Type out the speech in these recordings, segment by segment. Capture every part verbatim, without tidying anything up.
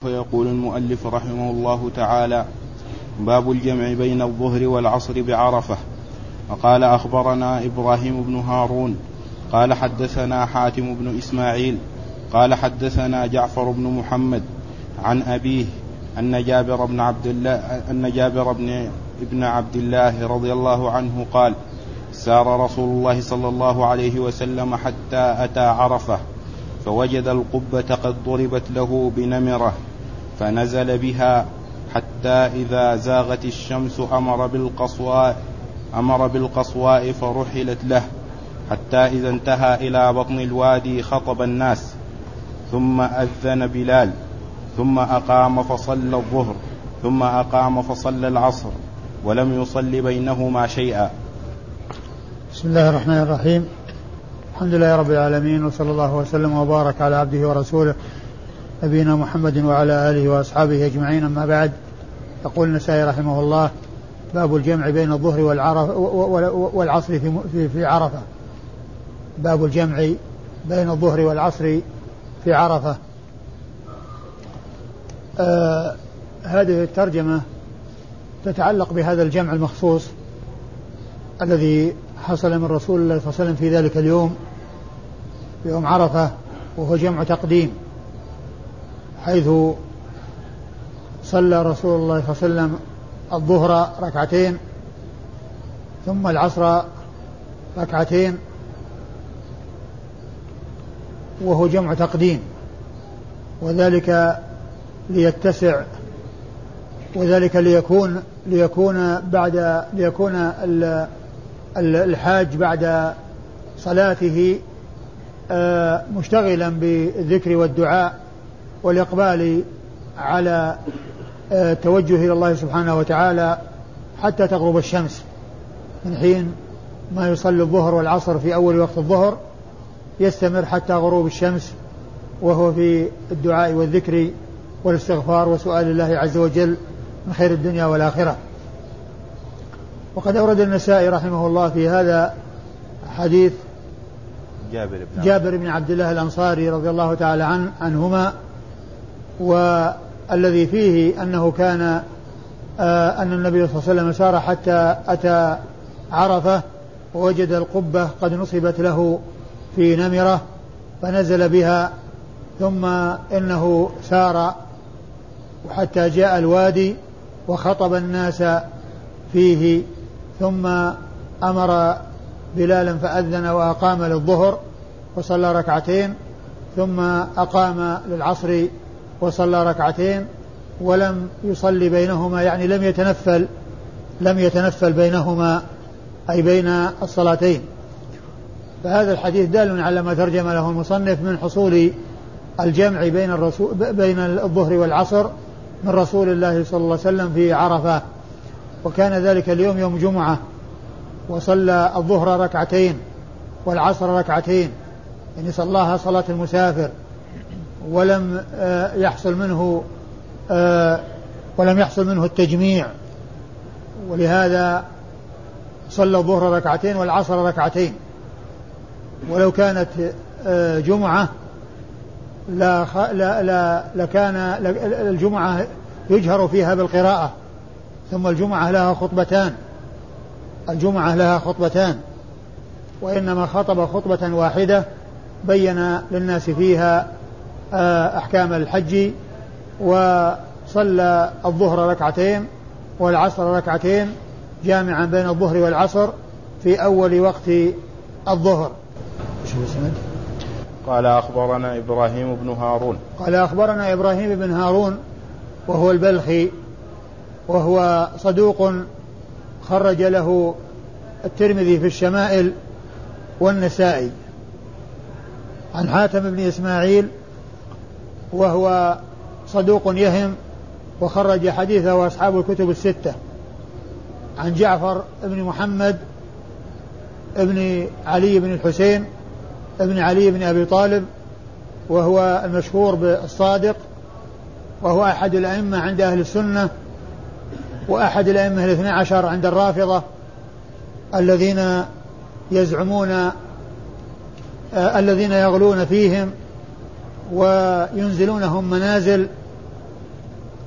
فيقول المؤلف رحمه الله تعالى: باب الجمع بين الظهر والعصر بعرفة. وقال: أخبرنا إبراهيم بن هارون قال حدثنا حاتم بن إسماعيل قال حدثنا جعفر بن محمد عن أبيه أن جابر بن عبد الله أن جابر بن ابن عبد الله رضي الله عنه قال: سار رسول الله صلى الله عليه وسلم حتى أتى عرفة فوجد القبة قد ضربت له بنمرة فنزل بها حتى إذا زاغت الشمس أمر بالقصواء أمر بالقصواء فرحلت له حتى إذا انتهى إلى بطن الوادي خطب الناس ثم أذن بلال ثم أقام فصلى الظهر ثم أقام فصلى العصر ولم يصل بينهما شيئا. بسم الله الرحمن الرحيم. الحمد لله رب العالمين، وصلى الله وسلم وبارك على عبده ورسوله نبينا محمد وعلى آله وأصحابه أجمعين. أما بعد، يقول النسائي رحمه الله: باب الجمع بين الظهر والعصر في عرفة. باب الجمع بين الظهر والعصر في عرفة. آه هذه الترجمة تتعلق بهذا الجمع المخصوص الذي حصل من رسول الله صلى الله عليه وسلم في ذلك اليوم، يوم عرفة، وهو جمع تقديم، حيث صلى رسول الله صلى الله عليه وسلم الظهر ركعتين ثم العصر ركعتين، وهو جمع تقديم، وذلك ليتسع وذلك ليكون ليكون بعد ليكون الحاج بعد صلاته مشتغلا بالذكر والدعاء والإقبال على التوجه إلى الله سبحانه وتعالى حتى تغرب الشمس، من حين ما يصلي الظهر والعصر في أول وقت الظهر يستمر حتى غروب الشمس، وهو في الدعاء والذكر والاستغفار وسؤال الله عز وجل من خير الدنيا والآخرة. وقد أورد النسائي رحمه الله في هذا حديث جابر بن, جابر بن عبد الله الأنصاري رضي الله تعالى عن عنهما، والذي فيه أنه كان آه أن النبي صلى الله عليه وسلم سار حتى أتى عرفة ووجد القبة قد نصبت له في نمرة فنزل بها، ثم إنه سار وحتى جاء الوادي وخطب الناس فيه، ثم أمر بلالا فأذن وأقام للظهر وصلى ركعتين، ثم أقام للعصر وصلى ركعتين، ولم يصلي بينهما، يعني لم يتنفل لم يتنفل بينهما، أي بين الصلاتين. فهذا الحديث دال على ما ترجم له المصنف من حصول الجمع بين الرسول بين الظهر والعصر من رسول الله صلى الله عليه وسلم في عرفة. وكان ذلك اليوم يوم جمعة، وصلى الظهر ركعتين والعصر ركعتين، يعني صلاها صلاة المسافر، ولم يحصل منه ولم يحصل منه التجميع، ولهذا صلى الظهر ركعتين والعصر ركعتين. ولو كانت جمعة لا لا لا لكان الجمعة يجهر فيها بالقراءة، ثم الجمعة لها خطبتان الجمعة لها خطبتان وإنما خطب خطبة واحدة بين للناس فيها أحكام الحج، وصلى الظهر ركعتين والعصر ركعتين، جامعا بين الظهر والعصر في أول وقت الظهر. قال: أخبرنا إبراهيم بن هارون قال أخبرنا إبراهيم بن هارون وهو البلخي، وهو صدوق خرج له الترمذي في الشمائل والنسائي. عن حاتم بن إسماعيل وهو صدوق يهم وخرج حديثه وأصحاب الكتب الستة. عن جعفر بن محمد ابن علي بن الحسين ابن علي بن أبي طالب، وهو المشهور بالصادق، وهو أحد الأئمة عند أهل السنة، وأحد الأئمة الاثنى عشر عند الرافضة الذين يزعمون آه الذين يغلون فيهم وينزلونهم منازل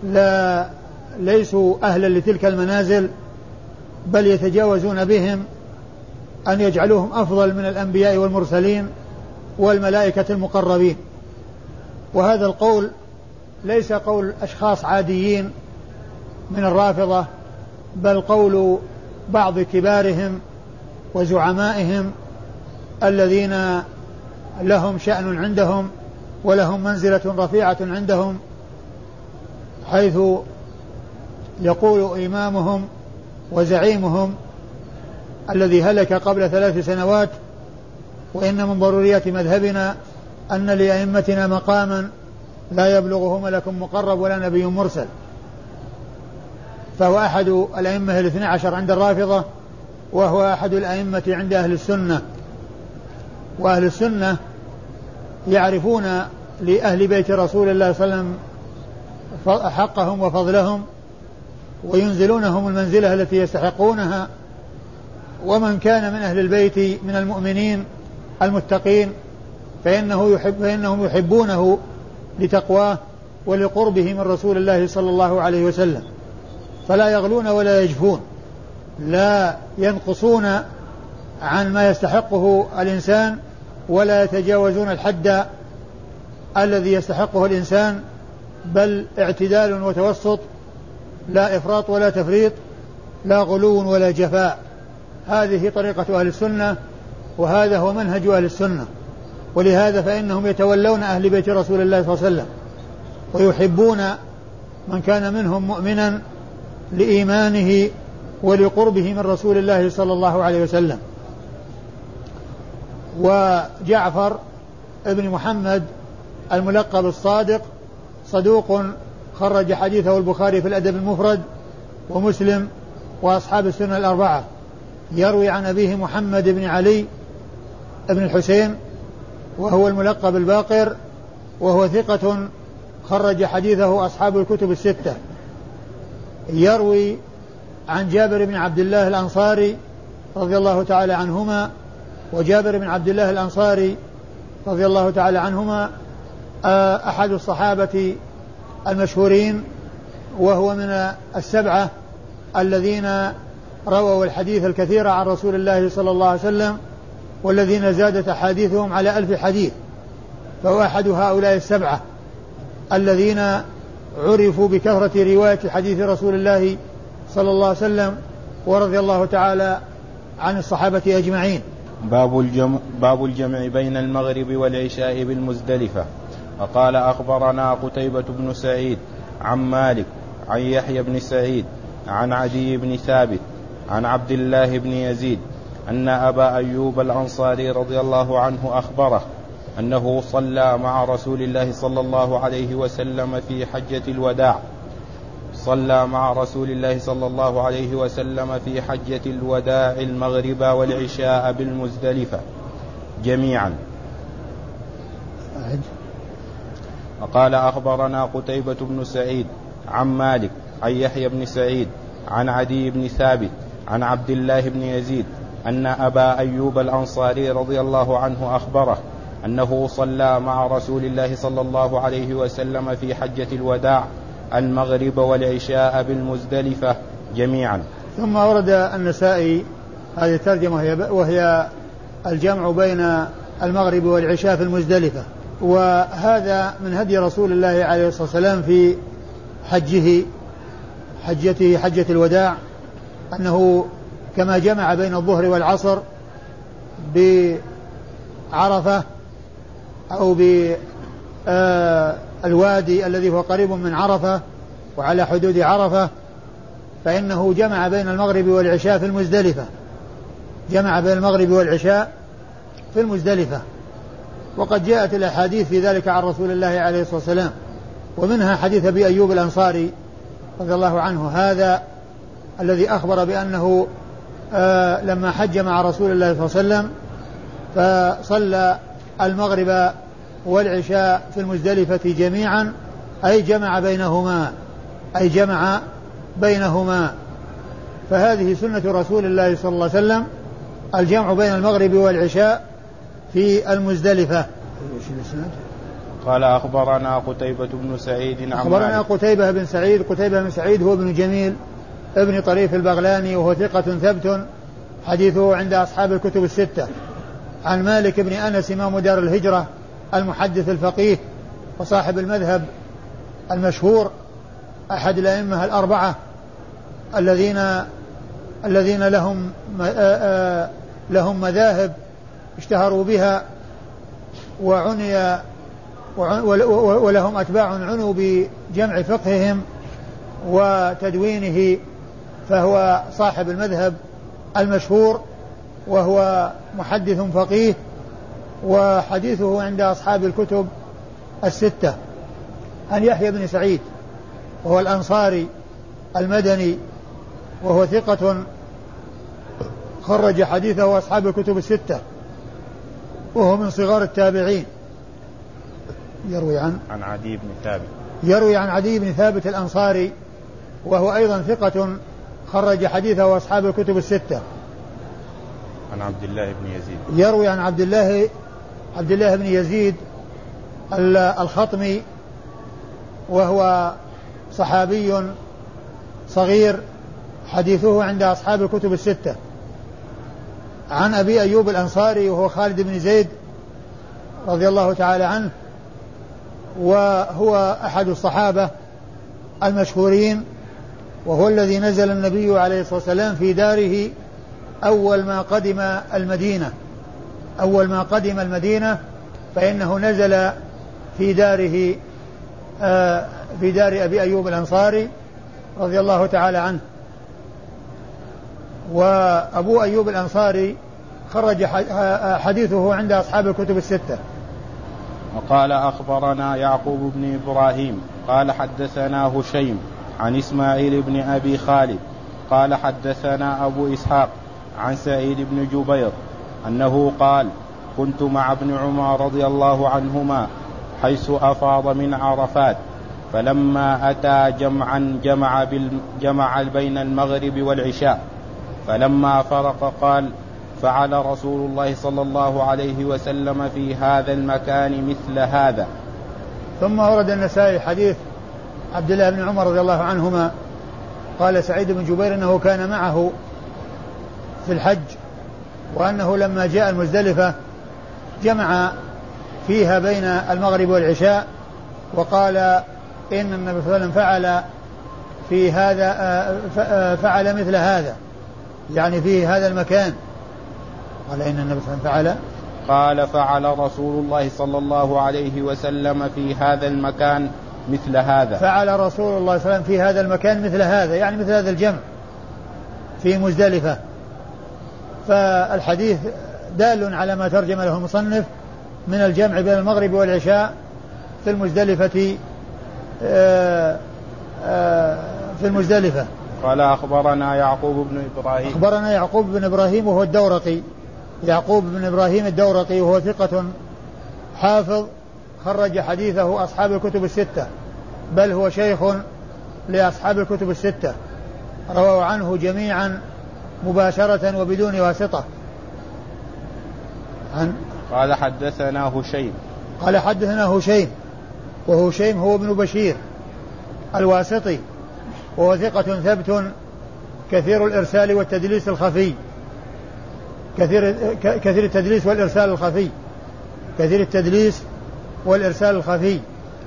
لا ليسوا أهلا لتلك المنازل، بل يتجاوزون بهم أن يجعلوهم أفضل من الأنبياء والمرسلين والملائكة المقربين. وهذا القول ليس قول أشخاص عاديين من الرافضة، بل قول بعض كبارهم وزعمائهم الذين لهم شأن عندهم ولهم منزلة رفيعة عندهم، حيث يقول إمامهم وزعيمهم الذي هلك قبل ثلاث سنوات: وإن من ضروريات مذهبنا أن لأئمتنا مقاما لا يبلغه ملك مقرب ولا نبي مرسل. فهو أحد الأئمة الاثنى عشر عند الرافضة، وهو أحد الأئمة عند أهل السنة. وأهل السنة يعرفون لأهل بيت رسول الله صلى الله عليه وسلم حقهم وفضلهم، وينزلونهم المنزلة التي يستحقونها. ومن كان من أهل البيت من المؤمنين المتقين فإنه يحب فإنهم يحبونه لتقواه ولقربه من رسول الله صلى الله عليه وسلم، فلا يغلون ولا يجفون، لا ينقصون عن ما يستحقه الإنسان ولا يتجاوزون الحد الذي يستحقه الإنسان، بل اعتدال وتوسط، لا إفراط ولا تفريط، لا غلو ولا جفاء. هذه طريقة أهل السنة، وهذا هو منهج أهل السنة. ولهذا فإنهم يتولون أهل بيت رسول الله صلى الله عليه وسلم، ويحبون من كان منهم مؤمنا لإيمانه ولقربه من رسول الله صلى الله عليه وسلم. وجعفر ابن محمد الملقب الصادق صدوق خرج حديثه البخاري في الأدب المفرد ومسلم وأصحاب السنة الأربعة. يروي عن أبيه محمد بن علي ابن الحسين وهو الملقب الباقر، وهو ثقة خرج حديثه أصحاب الكتب الستة. يروي عن جابر بن عبد الله الأنصاري رضي الله تعالى عنهما، وجابر بن عبد الله الأنصاري رضي الله تعالى عنهما أحد الصحابة المشهورين، وهو من السبعة الذين رووا الحديث الكثير عن رسول الله صلى الله عليه وسلم، والذين زادت أحاديثهم على ألف حديث. فهو أحد هؤلاء السبعة الذين عرفوا بكثرة رواية حديث رسول الله صلى الله عليه وسلم، ورضي الله تعالى عن الصحابة أجمعين. باب الجمع, باب الجمع بين المغرب والعشاء بالمزدلفة. وقال أخبرنا قتيبة بن سعيد عن مالك عن يحيى بن سعيد عن عدي بن ثابت عن عبد الله بن يزيد أن أبا أيوب الأنصاري رضي الله عنه أخبره أنه صلى مع رسول الله صلى الله عليه وسلم في حجة الوداع صلى مع رسول الله صلى الله عليه وسلم في حجة الوداع المغرب والعشاء بالمزدلفة جميعا. وقال أخبرنا قتيبة بن سعيد عن مالك عن يحيى بن سعيد عن عدي بن ثابت عن عبد الله بن يزيد أن أبا أيوب الأنصاري رضي الله عنه أخبره أنه صلى مع رسول الله صلى الله عليه وسلم في حجة الوداع المغرب والعشاء بالمزدلفة جميعا. ثم ورد النسائي هذه الترجمة وهي الجمع بين المغرب والعشاء في المزدلفة. وهذا من هدي رسول الله عليه الصلاة والسلام في حجه حجته حجة الوداع، أنه كما جمع بين الظهر والعصر بعرفة أو بالوادي الذي هو قريب من عرفة وعلى حدود عرفة، فإنه جمع بين المغرب والعشاء في المزدلفة جمع بين المغرب والعشاء في المزدلفة. وقد جاءت الأحاديث في ذلك عن رسول الله عليه الصلاة والسلام، ومنها حديث أبي أيوب الأنصاري رضي الله عنه، هذا الذي أخبر بأنه آه لما حج مع رسول الله صلى الله عليه وسلم فصلى المغرب والعشاء في المزدلفة جميعا، أي جمع بينهما أي جمع بينهما فهذه سنة رسول الله صلى الله عليه وسلم، الجمع بين المغرب والعشاء في المزدلفة. قال أخبرنا قتيبة بن سعيد عن أخبرنا قتيبة بن سعيد قتيبة بن سعيد هو ابن جميل ابن طريف البغلاني وهو ثقة ثبت حديثه عند أصحاب الكتب الستة. عن مالك بن أنس إمام دار الهجرة المحدث الفقيه وصاحب المذهب المشهور أحد الأئمة الأربعة الذين الذين لهم لهم مذاهب اشتهروا بها وعني ولهم أتباع عنوا بجمع فقههم وتدوينه، فهو صاحب المذهب المشهور وهو محدث فقيه وحديثه عند أصحاب الكتب الستة. عن يحيى بن سعيد وهو الأنصاري المدني وهو ثقة خرج حديثه أصحاب الكتب الستة وهو من صغار التابعين. يروي عن عن عدي بن ثابت يروي عن عدي بن ثابت الأنصاري وهو أيضا ثقة خرج حديثه أصحاب الكتب الستة. عن عبد الله بن يزيد يروي عن عبد الله عبد الله بن يزيد الخطمي وهو صحابي صغير حديثه عند أصحاب الكتب الستة. عن أبي أيوب الأنصاري وهو خالد بن زيد رضي الله تعالى عنه وهو أحد الصحابة المشهورين وهو الذي نزل النبي عليه الصلاة والسلام في داره أول ما قدم المدينة أول ما قدم المدينة فإنه نزل في داره آه في دار أبي أيوب الأنصاري رضي الله تعالى عنه. وأبو أيوب الأنصاري خرج حديثه عند أصحاب الكتب الستة. وقال أخبرنا يعقوب بن إبراهيم قال حدثنا هشيم عن إسماعيل بن أبي خالد قال حدثنا أبو إسحاق عن سعيد بن جبير أنه قال كنت مع ابن عمر رضي الله عنهما حيث أفاض من عرفات فلما أتى جمعا جمع, جمع بين المغرب والعشاء فلما فرق قال فعل رسول الله صلى الله عليه وسلم في هذا المكان مثل هذا. ثم ورد النسائي حديث عبد الله بن عمر رضي الله عنهما قال سعيد بن جبير أنه كان معه في الحج وأنه لما جاء المزدلفة جمع فيها بين المغرب والعشاء وقال إن النبي صلى الله عليه وسلم فعل في هذا فعل مثل هذا يعني في هذا المكان. قال إن النبي صلى الله عليه وسلم فعل قال فعل رسول الله صلى الله عليه وسلم في هذا المكان مثل هذا فعل رسول الله صلى الله عليه وسلم في هذا المكان مثل هذا يعني مثل هذا الجمع في مزدلفة. فالحديث دال على ما ترجم له المصنف من الجمع بين المغرب والعشاء في المزدلفة في المزدلفة. قال أخبرنا يعقوب بن إبراهيم أخبرنا يعقوب بن إبراهيم وهو الدورقي يعقوب بن إبراهيم الدورقي وهو ثقة حافظ خرج حديثه أصحاب الكتب الستة بل هو شيخ لأصحاب الكتب الستة رووا عنه جميعا مباشرة وبدون واسطة. عن قال حدثنا هشيم قال حدثنا هشيم وهو هشيم هو ابن بشير الواسطي وهو ثقة ثبت كثير الإرسال والتدليس الخفي كثير كثير التدليس والإرسال الخفي كثير التدليس والإرسال الخفي.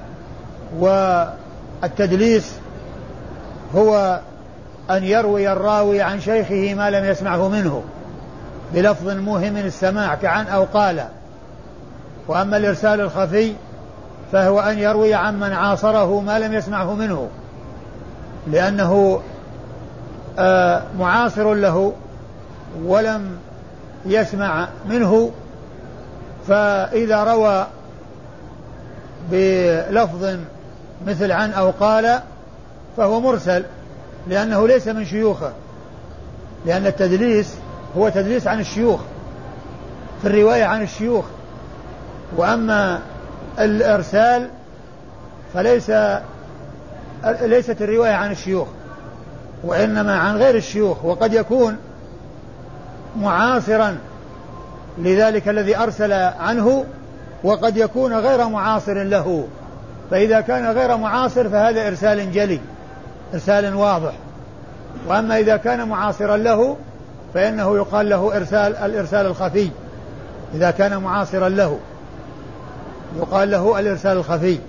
والتدليس هو أن يروي الراوي عن شيخه ما لم يسمعه منه بلفظ موهم السماع كعن أو قال. وأما الإرسال الخفي فهو أن يروي عن من عاصره ما لم يسمعه منه لأنه آه معاصر له ولم يسمع منه، فإذا روى بلفظ مثل عن أو قال فهو مرسل لأنه ليس من شيوخه، لأن التدليس هو تدليس عن الشيوخ في الرواية عن الشيوخ. وأما الإرسال فليس ليست الرواية عن الشيوخ وإنما عن غير الشيوخ، وقد يكون معاصرا لذلك الذي أرسل عنه وقد يكون غير معاصر له، فإذا كان غير معاصر فهذا إرسال جلي، إرسال واضح. وأما إذا كان معاصرا له فإنه يقال له إرسال الإرسال الخفي، إذا كان معاصرا له يقال له الإرسال الخفي.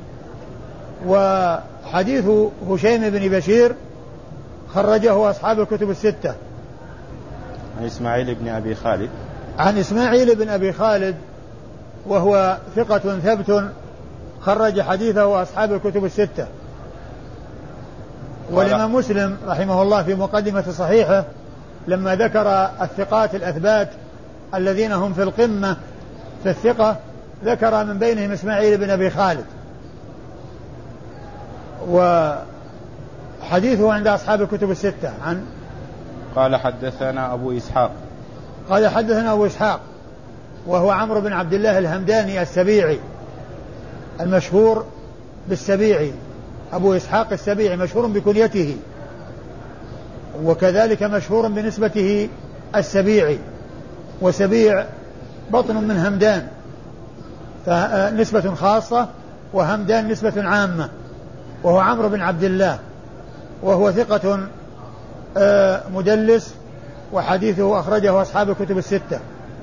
وحديث هشيم بن بشير خرجه أصحاب الكتب الستة. عن إسماعيل بن أبي خالد عن إسماعيل بن أبي خالد وهو ثقة ثبت خرج حديثه أصحاب الكتب الستة. والإمام مسلم رحمه الله في مقدمة صحيحه لما ذكر الثقات الأثبات الذين هم في القمة في الثقة ذكر من بينهم إسماعيل بن أبي خالد. وحديثه عند أصحاب الكتب الستة. عن قال حدثنا أبو إسحاق قال حدثنا أبو إسحاق وهو عمرو بن عبد الله الهمداني السبيعي المشهور بالسبيعي، أبو إسحاق السبيعي مشهور بكنيته، وكذلك مشهور بنسبته السبيعي، وسبيع بطن من همدان، فنسبة خاصة، وهمدان نسبة عامة، وهو عمرو بن عبد الله، وهو ثقة مدلس، وحديثه أخرجه أصحاب الكتب الستة.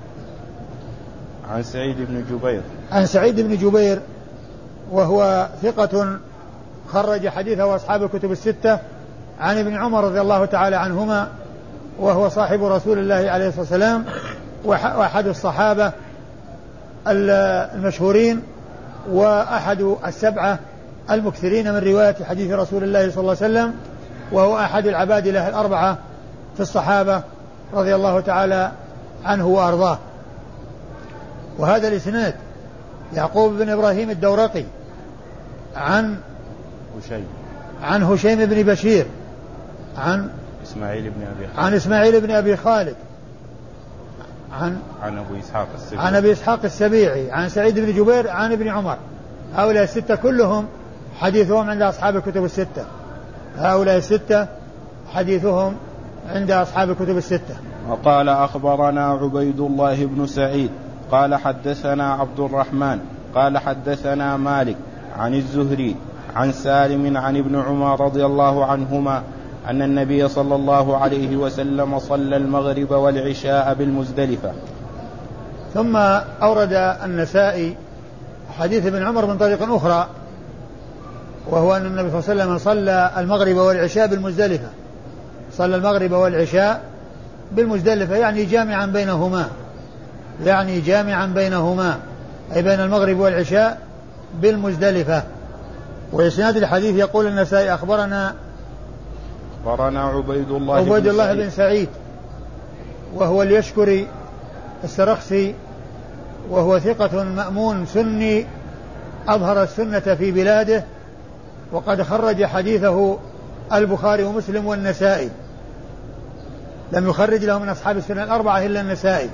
عن سعيد بن جبير عن سعيد بن جبير وهو ثقة خرج حديثه أصحاب الكتب الستة. عن ابن عمر رضي الله تعالى عنهما وهو صاحب رسول الله عليه الصلاة والسلام وأحد الصحابة المشهورين وأحد السبعة المكثرين من رواية حديث رسول الله صلى الله عليه وسلم، وهو أحد العباد له الأربعة في الصحابة رضي الله تعالى عنه وأرضاه. وهذا الإسناد يعقوب بن إبراهيم الدورقي عن هشيم عن هشيم بن بشير عن إسماعيل بن أبي خالد عن إسماعيل بن أبي خالد عن عن أبو إسحاق السبيعي عن أبي إسحاق السبيعي عن سعيد بن جبير عن ابن عمر. هؤلاء الستة كلهم حديثهم عند أصحاب الكتب الستة. هؤلاء الستة حديثهم عند أصحاب الكتب الستة. وقال أخبرنا عبيد الله بن سعيد قال حدثنا عبد الرحمن قال حدثنا مالك عن الزهري عن سالم عن ابن عمر رضي الله عنهما أن النبي صلى الله عليه وسلم صلى المغرب والعشاء بالمزدلفة. ثم أورد النسائي حديث ابن عمر من طريق أخرى، وهو أن النبي صلى الله عليه وسلم صلى المغرب والعشاء بالمزدلفة. صلى المغرب والعشاء بالمزدلفة يعني جامعا بينهما، يعني جامعا بينهما أي بين المغرب والعشاء بالمزدلفة. وإسناد الحديث يقول النسائي أخبرنا أخبرنا عبيد الله, عبيد الله بن سعيد وهو اليشكري السرخسي، وهو ثقة مأمون سني أظهر السنة في بلاده، وقد خرج حديثه البخاري ومسلم والنسائي، لم يخرج له من أصحاب السنة الأربعة إلا النسائي.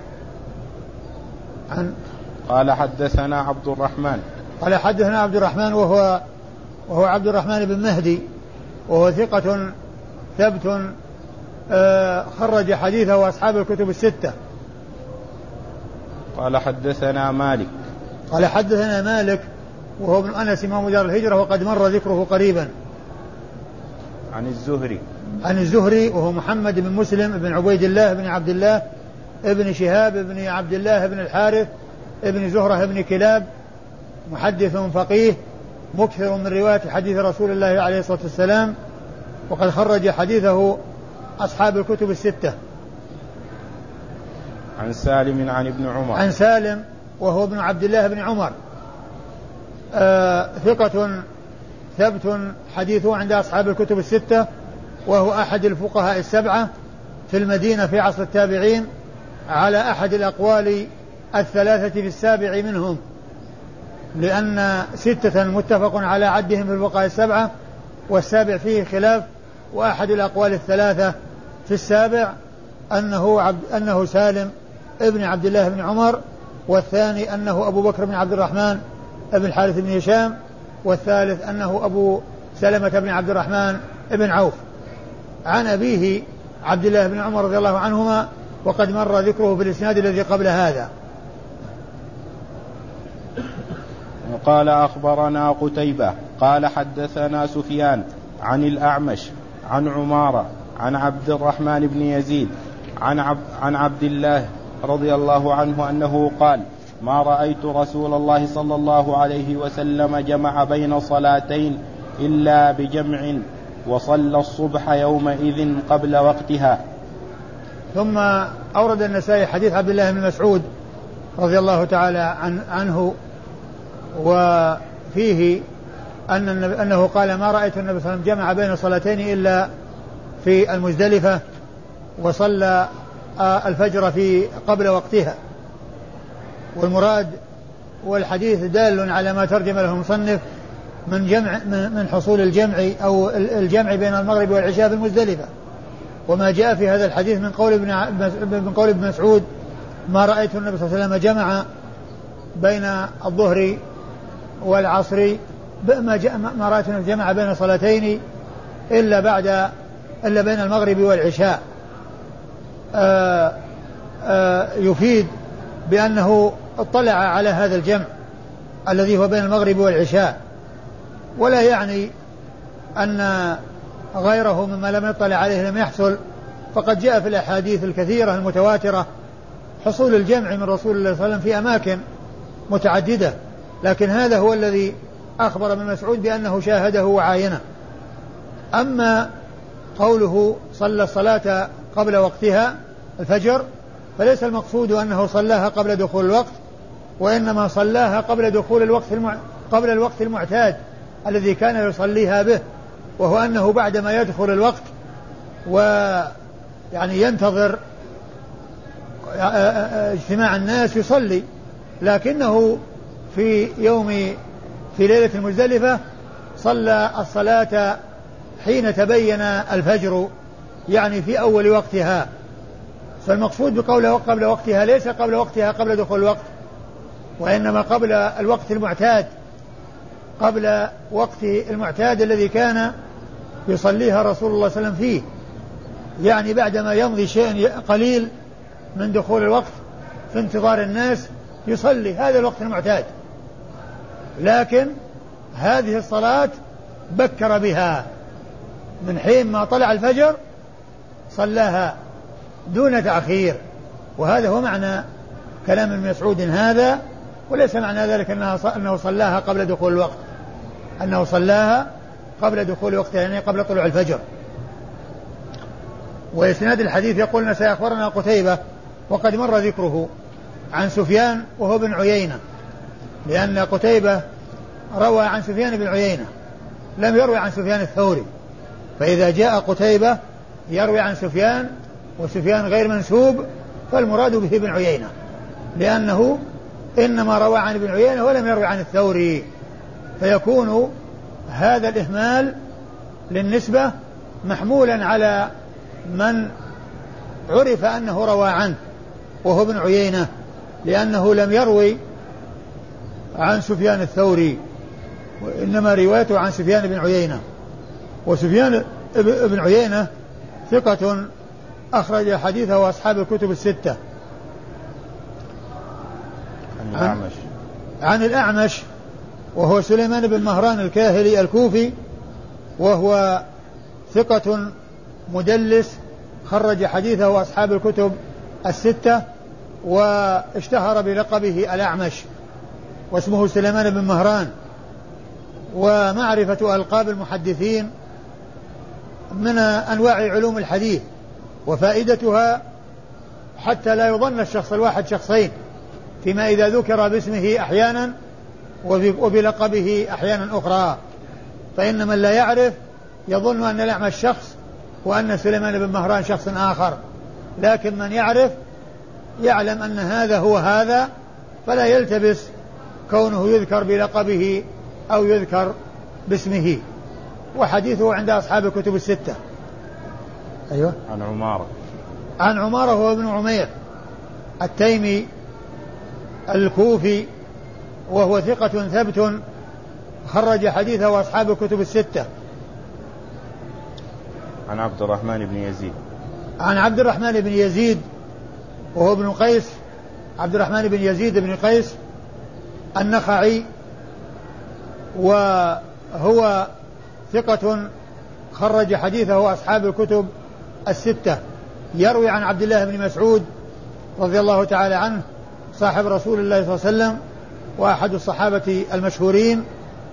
عن قال حدثنا عبد الرحمن قال حدثنا عبد الرحمن وهو وهو عبد الرحمن بن مهدي، وهو ثقة ثبت خرج حديثه أصحاب الكتب الستة. قال حدثنا مالك قال حدثنا مالك وهو ابن أنس إمام دار الهجرة، وقد مر ذكره قريبا. عن الزهري عن الزهري وهو محمد بن مسلم بن عبيد الله بن عبد الله ابن شهاب بن عبد الله بن الحارث ابن زهرة بن كلاب، محدث فقيه مكثر من رواية حديث رسول الله عليه الصلاة والسلام، وقد خرج حديثه أصحاب الكتب الستة. عن سالم عن ابن عمر عن سالم وهو ابن عبد الله بن عمر آه ثقة ثبت حديثه عند أصحاب الكتب الستة، وهو أحد الفقهاء السبعة في المدينة في عصر التابعين، على أحد الأقوال الثلاثة في السابع منهم، لأن ستة متفق على عدهم في الفقهاء السبعة، والسابع فيه خلاف، وأحد الأقوال الثلاثة في السابع أنه, عبد أنه سالم ابن عبد الله بن عمر، والثاني أنه أبو بكر بن عبد الرحمن ابن الحارث بن هشام، والثالث أنه أبو سلمة بن عبد الرحمن ابن عوف، عن أبيه عبد الله بن عمر رضي الله عنهما، وقد مر ذكره في الإسناد الذي قبل هذا. وقال أخبرنا قتيبة قال حدثنا سفيان عن الأعمش عن عمارة عن عبد الرحمن بن يزيد عن, عب عن عبد الله رضي الله عنه أنه قال ما رأيت رسول الله صلى الله عليه وسلم جمع بين صلاتين إلا بجمع وصلى الصبح يومئذ قبل وقتها. ثم أورد النسائي حديث عبد الله بن مسعود رضي الله تعالى عن عنه وفيه أن أنه قال ما رأيت النبي صلى الله عليه وسلم جمع بين صلاتين إلا في المزدلفة وصلى الفجر في قبل وقتها. والمراد والحديث دال على ما ترجم له المصنف من جمع من حصول الجمع أو الجمع بين المغرب والعشاء في المزدلفة. وما جاء في هذا الحديث من قول ابن من قول ابن مسعود ما رأيت النبي صلى الله عليه وسلم جمع بين الظهر والعصر ما رأيت النبي جمع بين صلاتين إلا بعد إلا بين المغرب والعشاء آآ آآ يفيد بأنه اطلع على هذا الجمع الذي هو بين المغرب والعشاء، ولا يعني أن غيره مما لم يطلع عليه لم يحصل، فقد جاء في الأحاديث الكثيرة المتواترة حصول الجمع من رسول الله صلى الله عليه وسلم في أماكن متعددة، لكن هذا هو الذي أخبر ابن مسعود بأنه شاهده وعاينه. أما قوله صلى الصلاة قبل وقتها الفجر فليس المقصود أنه صلاها قبل دخول الوقت، وإنما صلاها قبل دخول الوقت المع... قبل الوقت المعتاد الذي كان يصليها به، وهو أنه بعدما يدخل الوقت ويعني ينتظر اجتماع الناس يصلي، لكنه في يوم في ليلة المزدلفة صلى الصلاة حين تبين الفجر، يعني في أول وقتها. فالمقصود بقوله قبل وقتها ليس قبل وقتها قبل دخول الوقت، وإنما قبل الوقت المعتاد، قبل وقت المعتاد الذي كان يصليها رسول الله صلى الله عليه وسلم فيه، يعني بعدما يمضي شيء قليل من دخول الوقت في انتظار الناس يصلي هذا الوقت المعتاد، لكن هذه الصلاة بكر بها من حين ما طلع الفجر صلاها دون تأخير، وهذا هو معنى كلام ابن مسعود هذا، وليس معنى ذلك أنه صلاها قبل دخول الوقت، أنه صلاها قبل دخول وقتها يعني قبل طلوع الفجر. وإسناد الحديث يقول سيخبرنا قتيبة وقد مر ذكره عن سفيان وهو بن عيينة، لأن قتيبة روى عن سفيان بن عيينة لم يروي عن سفيان الثوري، فإذا جاء قتيبة يروي عن سفيان وسفيان غير منسوب فالمراد به بن عيينة، لأنه إنما روى عن ابن عيينة ولم يروي عن الثوري، فيكون هذا الإهمال للنسبة محمولا على من عرف أنه روى عنه وهو ابن عيينة، لأنه لم يروي عن سفيان الثوري وإنما روايته عن سفيان بن عيينة. وسفيان بن عيينة ثقة أخرج حديثه أصحاب الكتب الستة. عن الأعمش عن الأعمش وهو سليمان بن مهران الكاهلي الكوفي، وهو ثقة مدلس خرج حديثه أصحاب الكتب الستة، واشتهر بلقبه الأعمش، واسمه سليمان بن مهران. ومعرفة ألقاب المحدثين من أنواع علوم الحديث، وفائدتها حتى لا يظن الشخص الواحد شخصين، فيما إذا ذكر باسمه أحيانا وبلقبه أحيانا أخرى، فإن من لا يعرف يظن أن الأعمش شخص وأن سليمان بن مهران شخص آخر، لكن من يعرف يعلم أن هذا هو هذا، فلا يلتبس كونه يذكر بلقبه أو يذكر باسمه. وحديثه عند أصحاب الكتب الستة. أيوة. عن عمارة عن عمارة هو ابن عمير التيمي الكوفي، وهو ثقة ثبت خرج حديثه أصحاب الكتب الستة. عن عبد الرحمن بن يزيد عن عبد الرحمن بن يزيد وهو ابن قيس، عبد الرحمن بن يزيد بن قيس النخعي وهو ثقة خرج حديثه أصحاب الكتب الستة. يروي عن عبد الله بن مسعود رضي الله تعالى عنه صاحب رسول الله صلى الله عليه وسلم وأحد الصحابة المشهورين،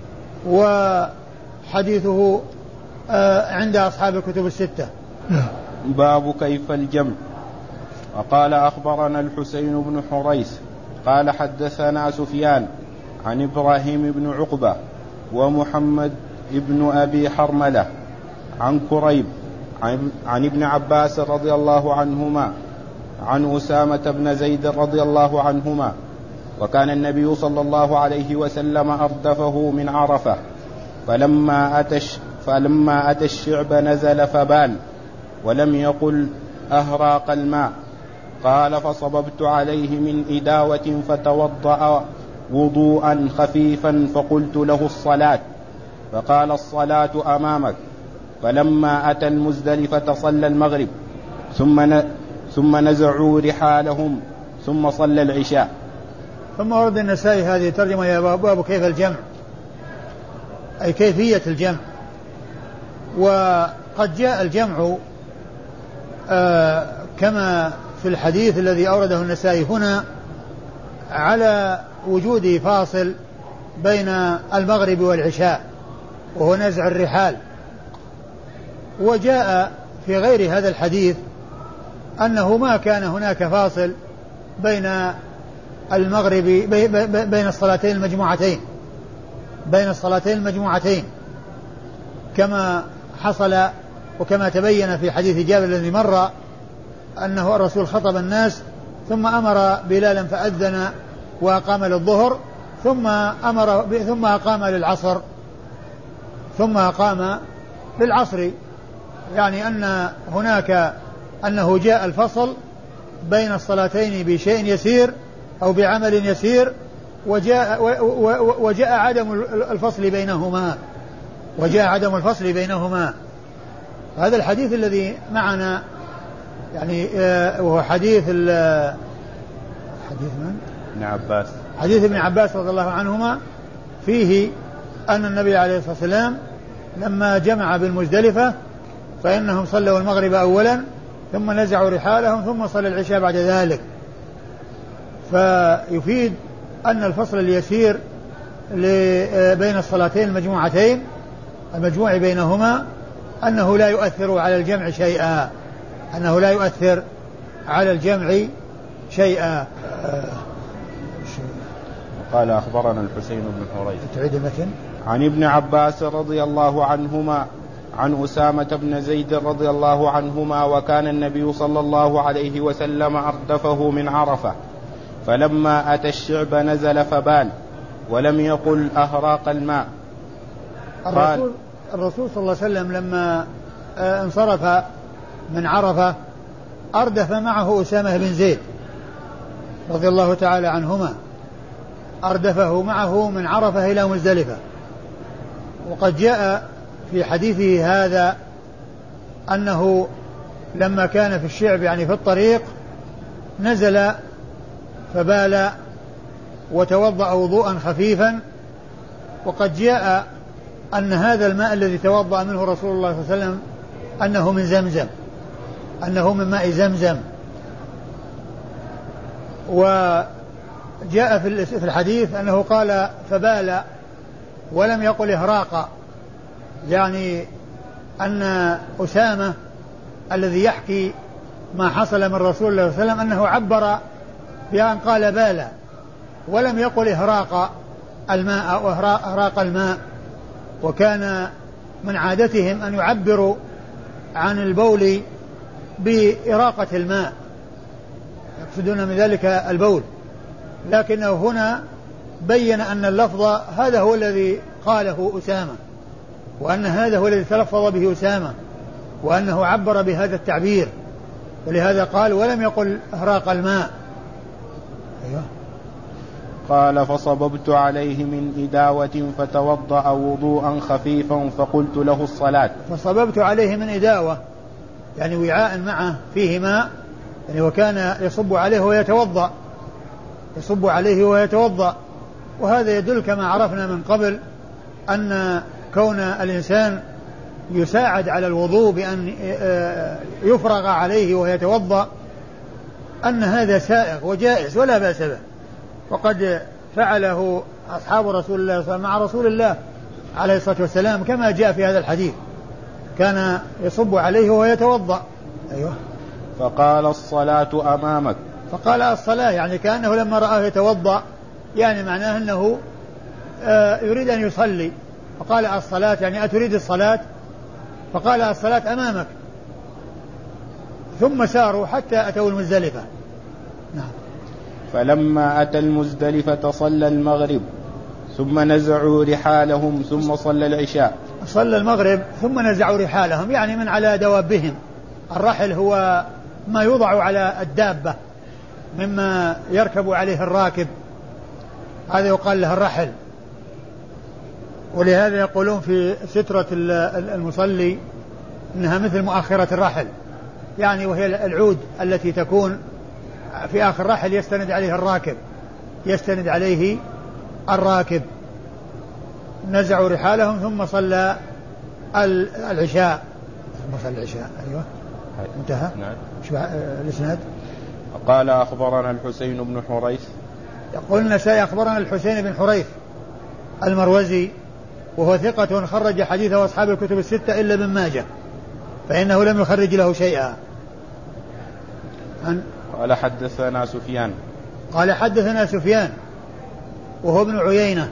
وحديثه عند أصحاب الكتب الستة. باب كيف الجمع. وقال أخبرنا الحسين بن حريث قال حدثنا سفيان عن إبراهيم بن عقبة ومحمد بن أبي حرملة عن كريب عن ابن عباس رضي الله عنهما عن أسامة بن زيد رضي الله عنهما وكان النبي صلى الله عليه وسلم أردفه من عرفة فلما أتى, فلما أتى الشعب نزل فبال ولم يقل أهراق الماء. قال فصببت عليه من إداوة فتوضأ وضوءا خفيفا فقلت له الصلاة فقال الصلاة أمامك. فلما أتى المزدلفة صلى المغرب ثم ثم نزعوا رحالهم ثم صلى العشاء. ثم ورد النسائي هذه ترجمة يا باب كيف الجمع، أي كيفية الجمع. وقد جاء الجمع آه كما في الحديث الذي أورده النسائي هنا على وجود فاصل بين المغرب والعشاء وهو نزع الرحال. وجاء في غير هذا الحديث أنه ما كان هناك فاصل بين المغرب بين الصلاتين المجموعتين بين الصلاتين المجموعتين كما حصل وكما تبين في حديث جابر الذي مر أنه الرسول خطب الناس ثم أمر بلالا فأذن وأقام للظهر ثم أمر ثم أقام للعصر ثم أقام للعصر، يعني أن هناك أنه جاء الفصل بين الصلاتين بشيء يسير أو بعمل يسير، وجاء, وجاء عدم الفصل بينهما وجاء عدم الفصل بينهما. هذا الحديث الذي معنا يعني وهو حديث حديث من؟ ابن عباس حديث ابن عباس رضي الله عنهما فيه أن النبي عليه الصلاة والسلام لما جمع بالمزدلفة فإنهم صلوا المغرب أولا ثم نزعوا رحالهم ثم صلى العشاء بعد ذلك. فيفيد أن الفصل اليسير بين الصلاتين المجموعتين المجموع بينهما أنه لا يؤثر على الجمع شيئا أنه لا يؤثر على الجمع شيئا. قال أخبرنا الحسين بن حريث تعيد المتن عن ابن عباس رضي الله عنهما عن أسامة بن زيد رضي الله عنهما وكان النبي صلى الله عليه وسلم أردفه من عرفة فلما أتى الشعب نزل فبال ولم يقل أهراق الماء. الرسول, الرسول صلى الله عليه وسلم لما انصرف من عرفة أردف معه أسامة بن زيد رضي الله تعالى عنهما، أردفه معه من عرفة إلى مزدلفة. وقد جاء في حديثه هذا أنه لما كان في الشعب يعني في الطريق نزل فبال وتوضأ وضوءا خفيفا. وقد جاء أن هذا الماء الذي توضأ منه رسول الله صلى الله عليه وسلم أنه من زمزم أنه من ماء زمزم. وجاء في الحديث أنه قال فبال ولم يقل إهراق، يعني أن أسامة الذي يحكي ما حصل من رسول الله صلى الله عليه وسلم أنه عبر بأن قال بال ولم يقل إهراق الماء أو إهراق الماء. وكان من عادتهم أن يعبروا عن البول بإراقة الماء، يقصدون من ذلك البول، لكنه هنا بين أن اللفظ هذا هو الذي قاله أسامة، وأن هذا هو الذي تلفظ به أسامة، وأنه عبر بهذا التعبير، ولهذا قال ولم يقل إهراق الماء. أيوه. قال فصببت عليه من إداوة فتوضأ وضوءا خفيفا فقلت له الصلاة. فصببت عليه من إداوة يعني وعاء معه فيه ماء، يعني وكان يصب عليه ويتوضأ يصب عليه ويتوضأ. وهذا يدل كما عرفنا من قبل أن كون الإنسان يساعد على الوضوء بأن يفرغ عليه ويتوضأ أن هذا سائغ وجائز ولا بأس به، وقد فعله أصحاب رسول الله صلى الله عليه وسلم مع رسول الله عليه الصلاة والسلام كما جاء في هذا الحديث، كان يصب عليه وهو يتوضأ. أيوة. فقال الصلاة أمامك. فقال الصلاة يعني كأنه لما رآه يتوضأ يعني معناه أنه آه يريد أن يصلي، فقال الصلاة يعني أتريد الصلاة؟ فقال الصلاة أمامك. ثم ساروا حتى أتوا المزدلفة. نعم. فلما أتى المزدلفة صلى المغرب ثم نزعوا رحالهم ثم صلى العشاء. صلى المغرب ثم نزعوا رحالهم يعني من على دوابهم. الرحل هو ما يوضع على الدابة مما يركب عليه الراكب، هذا يقال له الرحل. ولهذا يقولون في سترة المصلي إنها مثل مؤخرة الرحل، يعني وهي العود التي تكون في آخر الرحل يستند عليه الراكب يستند عليه الراكب. نزعوا رحالهم ثم صلى العشاء. ثم صلى العشاء. أيوة. انتهى. نعم. الإسناد. قال أخبرنا الحسين بن حريث. يقول النسائي أخبرنا الحسين بن حريث المروزي وهو ثقة خرج حديثه أصحاب الكتب الستة إلا ابن ماجه فإنه لم يخرج له شيئا. عن قال حدثنا سفيان. قال حدثنا سفيان وهو ابن عيينة.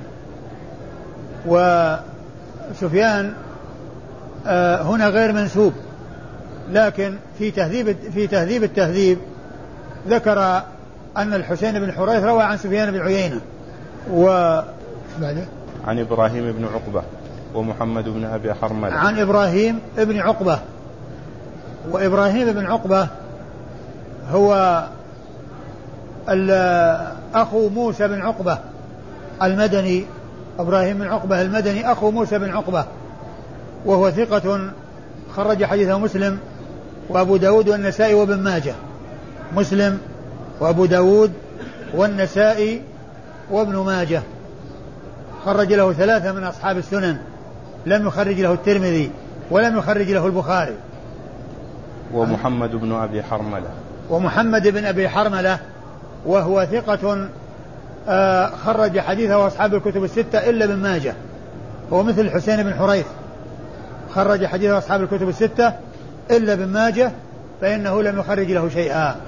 وسفيان آه هنا غير منسوب، لكن في تهذيب في تهذيب التهذيب ذكر أن الحسين بن حريث روى عن سفيان بن عيينة. و عن إبراهيم بن عقبة ومحمد بن أبي حرملة. عن إبراهيم بن عقبة، وإبراهيم بن عقبة هو أخو موسى بن عقبة المدني. إبراهيم بن عقبة المدني أخو موسى بن عقبة، وهو ثقة خرج حديثه مسلم وأبو داود والنسائي وابن ماجه. مسلم وأبو داود والنسائي وابن ماجه خرج له ثلاثة من أصحاب السنن، لم يخرج له الترمذي ولم يخرج له البخاري. ومحمد بن أبي حرملة. ومحمد بن أبي حرملة وهو ثقة آه خرج حديثه أصحاب الكتب الستة إلا ابن ماجه، هو مثل الحسين بن حريث خرج حديثه أصحاب الكتب الستة إلا ابن ماجه فإنه لم يخرج له شيئا.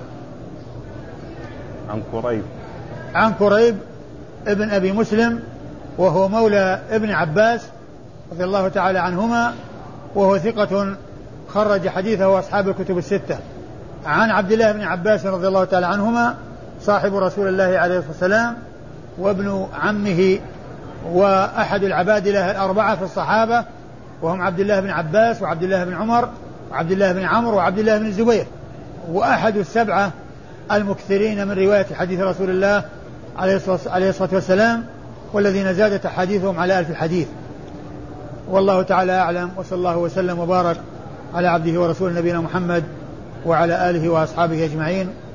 عن كريب. عن كريب ابن أبي مسلم وهو مولى ابن عباس رضي الله تعالى عنهما، وهو ثقة خرج حديثه أصحاب الكتب الستة. عن عبد الله بن عباس رضي الله تعالى عنهما صاحب رسول الله عليه الصلاة والسلام وابن عمه وأحد العباد له الأربعة في الصحابة، وهم عبد الله بن عباس وعبد الله بن عمر وعبد الله بن عمرو وعبد الله بن الزبير، وأحد السبعة المكثرين من رواية حديث رسول الله عليه الصلاة والسلام، والذين زادت أحاديثهم على ألف حديث. والله تعالى أعلم، وصلى الله وسلم وبارك على عبده ورسوله نبينا محمد وعلى آله وأصحابه أجمعين.